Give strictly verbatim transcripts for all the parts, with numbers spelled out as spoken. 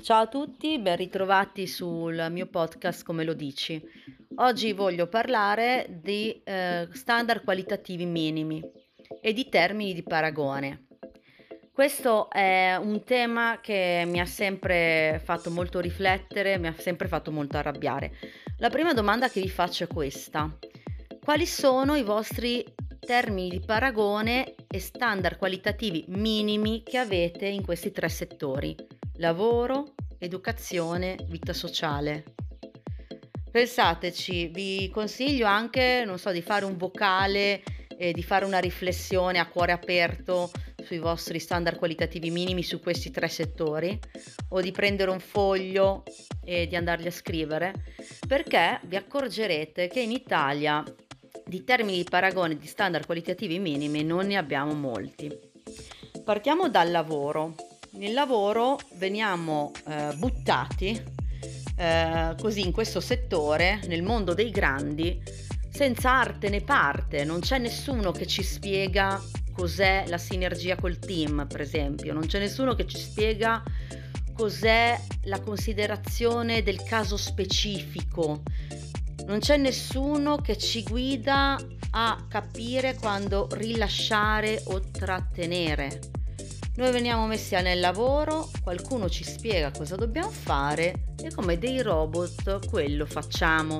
Ciao a tutti, ben ritrovati sul mio podcast Come lo dici. Oggi voglio parlare di eh, standard qualitativi minimi e di termini di paragone. Questo è un tema che mi ha sempre fatto molto riflettere, mi ha sempre fatto molto arrabbiare. La prima domanda che vi faccio è questa: quali sono i vostri termini di paragone e standard qualitativi minimi che avete in questi tre settori: lavoro, educazione, vita sociale? Pensateci, vi consiglio anche, non so, di fare un vocale e di fare una riflessione a cuore aperto sui vostri standard qualitativi minimi su questi tre settori, o di prendere un foglio e di andarli a scrivere, perché vi accorgerete che in Italia di termini di paragone di standard qualitativi minimi non ne abbiamo molti. Partiamo dal lavoro. Nel lavoro veniamo eh, buttati eh, così in questo settore, nel mondo dei grandi, senza arte né parte. Non c'è nessuno che ci spiega cos'è la sinergia col team, per esempio. Non c'è nessuno che ci spiega cos'è la considerazione del caso specifico. Non c'è nessuno che ci guida a capire quando rilasciare o trattenere. Noi veniamo messi nel lavoro, qualcuno ci spiega cosa dobbiamo fare e come dei robot quello facciamo.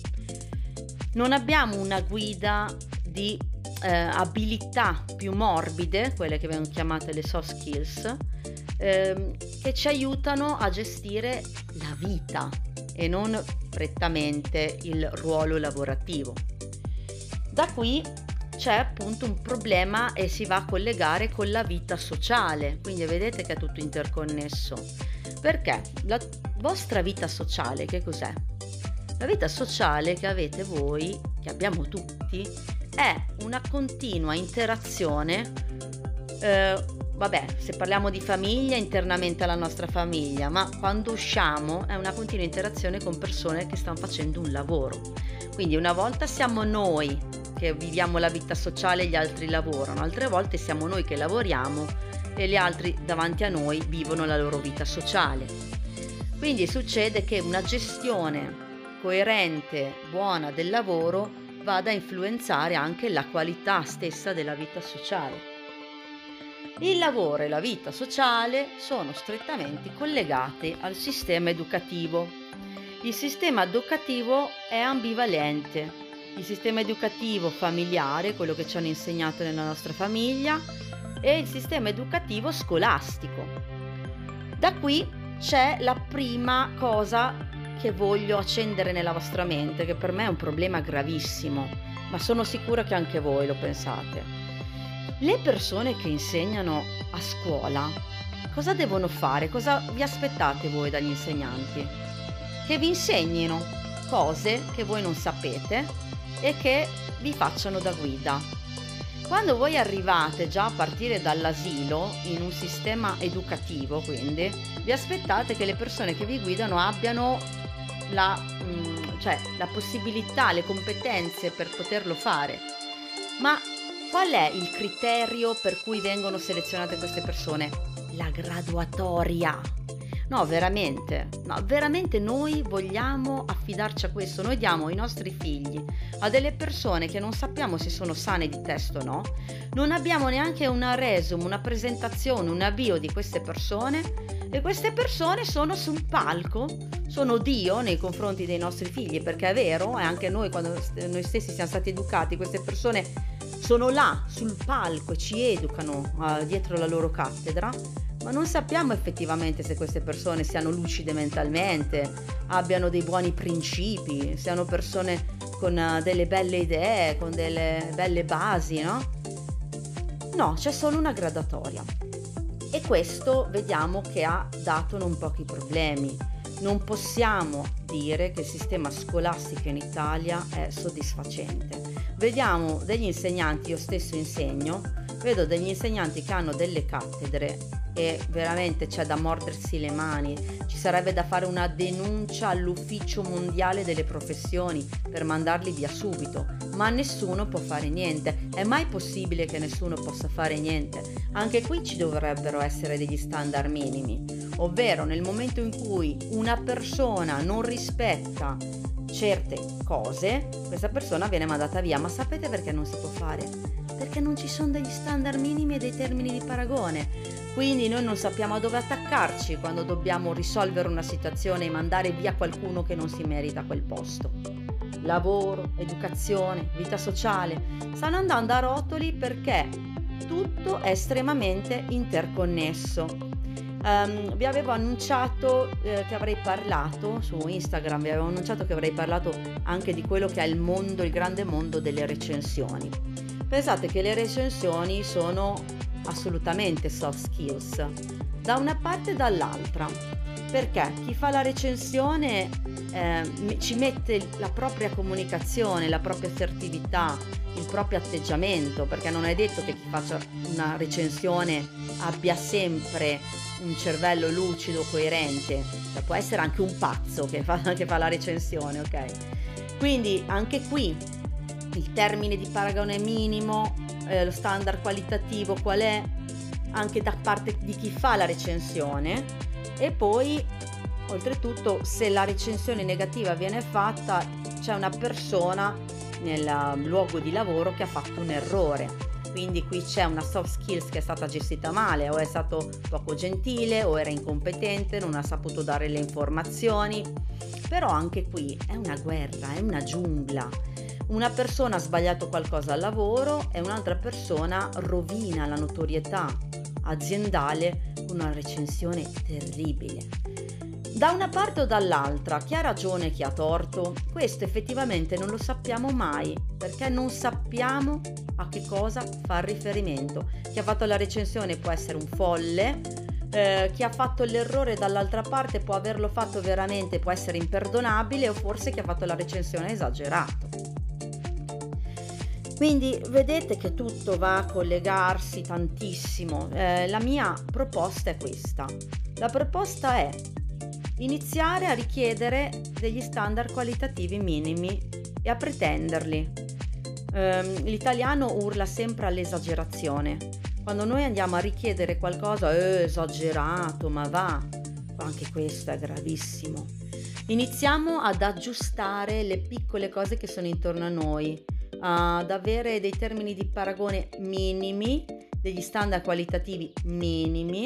Non abbiamo una guida di eh, abilità più morbide, quelle che vengono chiamate le soft skills, ehm, che ci aiutano a gestire la vita e non prettamente il ruolo lavorativo. Da qui c'è appunto un problema e si va a collegare con la vita sociale, quindi vedete che è tutto interconnesso. Perché la vostra vita sociale che cos'è? La vita sociale che avete voi, che abbiamo tutti, è una continua interazione, eh, vabbè, se parliamo di famiglia, internamente alla nostra famiglia, ma quando usciamo è una continua interazione con persone che stanno facendo un lavoro. Quindi una volta siamo noi che viviamo la vita sociale e gli altri lavorano, altre volte siamo noi che lavoriamo e gli altri davanti a noi vivono la loro vita sociale. Quindi succede che una gestione coerente, buona del lavoro vada a influenzare anche la qualità stessa della vita sociale. Il lavoro e la vita sociale sono strettamente collegati al sistema educativo. Il sistema educativo è ambivalente. Il sistema educativo familiare, quello che ci hanno insegnato nella nostra famiglia, e il sistema educativo scolastico. Da qui c'è la prima cosa che voglio accendere nella vostra mente, che per me è un problema gravissimo, ma sono sicura che anche voi lo pensate. Le persone che insegnano a scuola cosa devono fare? Cosa vi aspettate voi dagli insegnanti? Che vi insegnino cose che voi non sapete e che vi facciano da guida. Quando voi arrivate già a partire dall'asilo in un sistema educativo, quindi vi aspettate che le persone che vi guidano abbiano la, mh, cioè, la possibilità, le competenze per poterlo fare. Ma qual è il criterio per cui vengono selezionate queste persone? La graduatoria. No, veramente, no, veramente noi vogliamo affidarci a questo. Noi diamo i nostri figli a delle persone che non sappiamo se sono sane di testa o no. Non abbiamo neanche una resume, una presentazione, una bio di queste persone, e queste persone sono sul palco, sono Dio nei confronti dei nostri figli, perché è vero, e anche noi quando noi stessi siamo stati educati, queste persone sono là sul palco e ci educano uh, dietro la loro cattedra. Ma non sappiamo effettivamente se queste persone siano lucide mentalmente, abbiano dei buoni principi, siano persone con uh, delle belle idee, con delle belle basi, no? No, c'è solo una graduatoria. E questo vediamo che ha dato non pochi problemi. Non possiamo dire che il sistema scolastico in Italia è soddisfacente. Vediamo degli insegnanti, io stesso insegno, vedo degli insegnanti che hanno delle cattedre e veramente c'è da mordersi le mani. Ci sarebbe da fare una denuncia all'Ufficio Mondiale delle Professioni per mandarli via subito, ma nessuno può fare niente. È mai possibile che nessuno possa fare niente? Anche qui ci dovrebbero essere degli standard minimi. ovvero nel momento in cui una persona non rispetta certe cose, questa persona viene mandata via. Ma sapete perché non si può fare? Perché non ci sono degli standard minimi e dei termini di paragone. Quindi noi non sappiamo a dove attaccarci quando dobbiamo risolvere una situazione e mandare via qualcuno che non si merita quel posto. Lavoro, educazione, vita sociale stanno andando a rotoli perché tutto è estremamente interconnesso. Um, vi avevo annunciato eh, che avrei parlato su Instagram, vi avevo annunciato che avrei parlato anche di quello che è il mondo, il grande mondo delle recensioni. Pensate che le recensioni sono assolutamente soft skills, da una parte e dall'altra, perché chi fa la recensione eh, ci mette la propria comunicazione, la propria assertività, il proprio atteggiamento, perché non è detto che chi faccia una recensione abbia sempre un cervello lucido, coerente, cioè, può essere anche un pazzo che fa, che fa la recensione, ok? Quindi anche qui il termine di paragone minimo, eh, lo standard qualitativo qual è, anche da parte di chi fa la recensione. E poi oltretutto, se la recensione negativa viene fatta, c'è una persona nel luogo di lavoro che ha fatto un errore. Quindi qui c'è una soft skills che è stata gestita male, o è stato poco gentile, o era incompetente, non ha saputo dare le informazioni. Però anche qui è una guerra, è una giungla. Una persona ha sbagliato qualcosa al lavoro e un'altra persona rovina la notorietà aziendale con una recensione terribile. Da una parte o dall'altra, chi ha ragione e chi ha torto? Questo effettivamente non lo sappiamo mai, perché non sappiamo a che cosa fa riferimento. Chi ha fatto la recensione può essere un folle, eh, chi ha fatto l'errore dall'altra parte può averlo fatto veramente, può essere imperdonabile, o forse chi ha fatto la recensione ha esagerato. Quindi vedete che tutto va a collegarsi tantissimo. Eh, la mia proposta è questa. La proposta è iniziare a richiedere degli standard qualitativi minimi e a pretenderli. Eh, l'italiano urla sempre all'esagerazione. Quando noi andiamo a richiedere qualcosa, eh, esagerato, ma va, anche questo è gravissimo. Iniziamo ad aggiustare le piccole cose che sono intorno a noi, ad avere dei termini di paragone minimi, degli standard qualitativi minimi,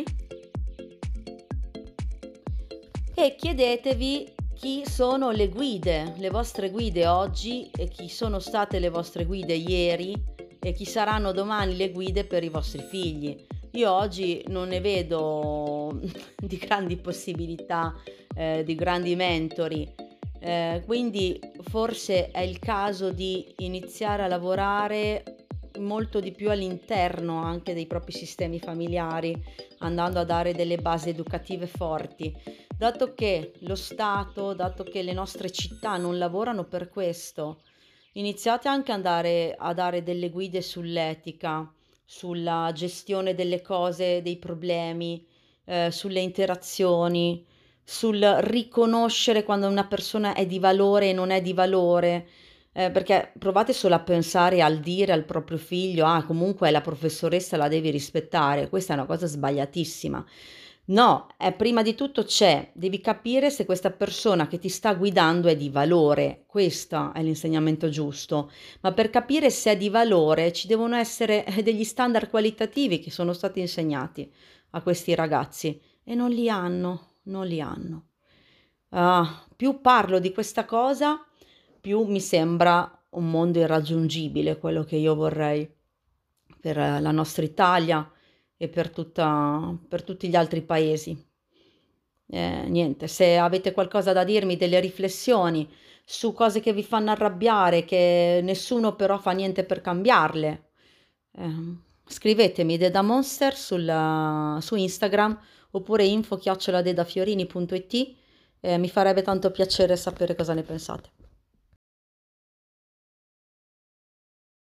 e chiedetevi chi sono le guide, le vostre guide oggi, e chi sono state le vostre guide ieri, e chi saranno domani le guide per i vostri figli. Io oggi non ne vedo di grandi possibilità, eh, di grandi mentori. Eh, quindi forse è il caso di iniziare a lavorare molto di più all'interno anche dei propri sistemi familiari, andando a dare delle basi educative forti, dato che lo Stato, dato che le nostre città non lavorano per questo. Iniziate anche ad andare a dare delle guide sull'etica, sulla gestione delle cose, dei problemi, eh, sulle interazioni, sul riconoscere quando una persona è di valore e non è di valore, eh, perché provate solo a pensare al dire al proprio figlio, ah, comunque la professoressa la devi rispettare. Questa è una cosa sbagliatissima. No, è prima di tutto c'è, devi capire se questa persona che ti sta guidando è di valore. Questo è l'insegnamento giusto. Ma per capire se è di valore ci devono essere degli standard qualitativi che sono stati insegnati a questi ragazzi, e non li hanno. Non li hanno. Uh, più parlo di questa cosa, più mi sembra un mondo irraggiungibile quello che io vorrei per la nostra Italia e per, tutta, per tutti gli altri paesi. Eh, niente, se avete qualcosa da dirmi, delle riflessioni su cose che vi fanno arrabbiare, che nessuno però fa niente per cambiarle, eh, scrivetemi Deda Monster sul, su Instagram, oppure info chiocciola dedafiorini punto it. Eh, mi farebbe tanto piacere sapere cosa ne pensate.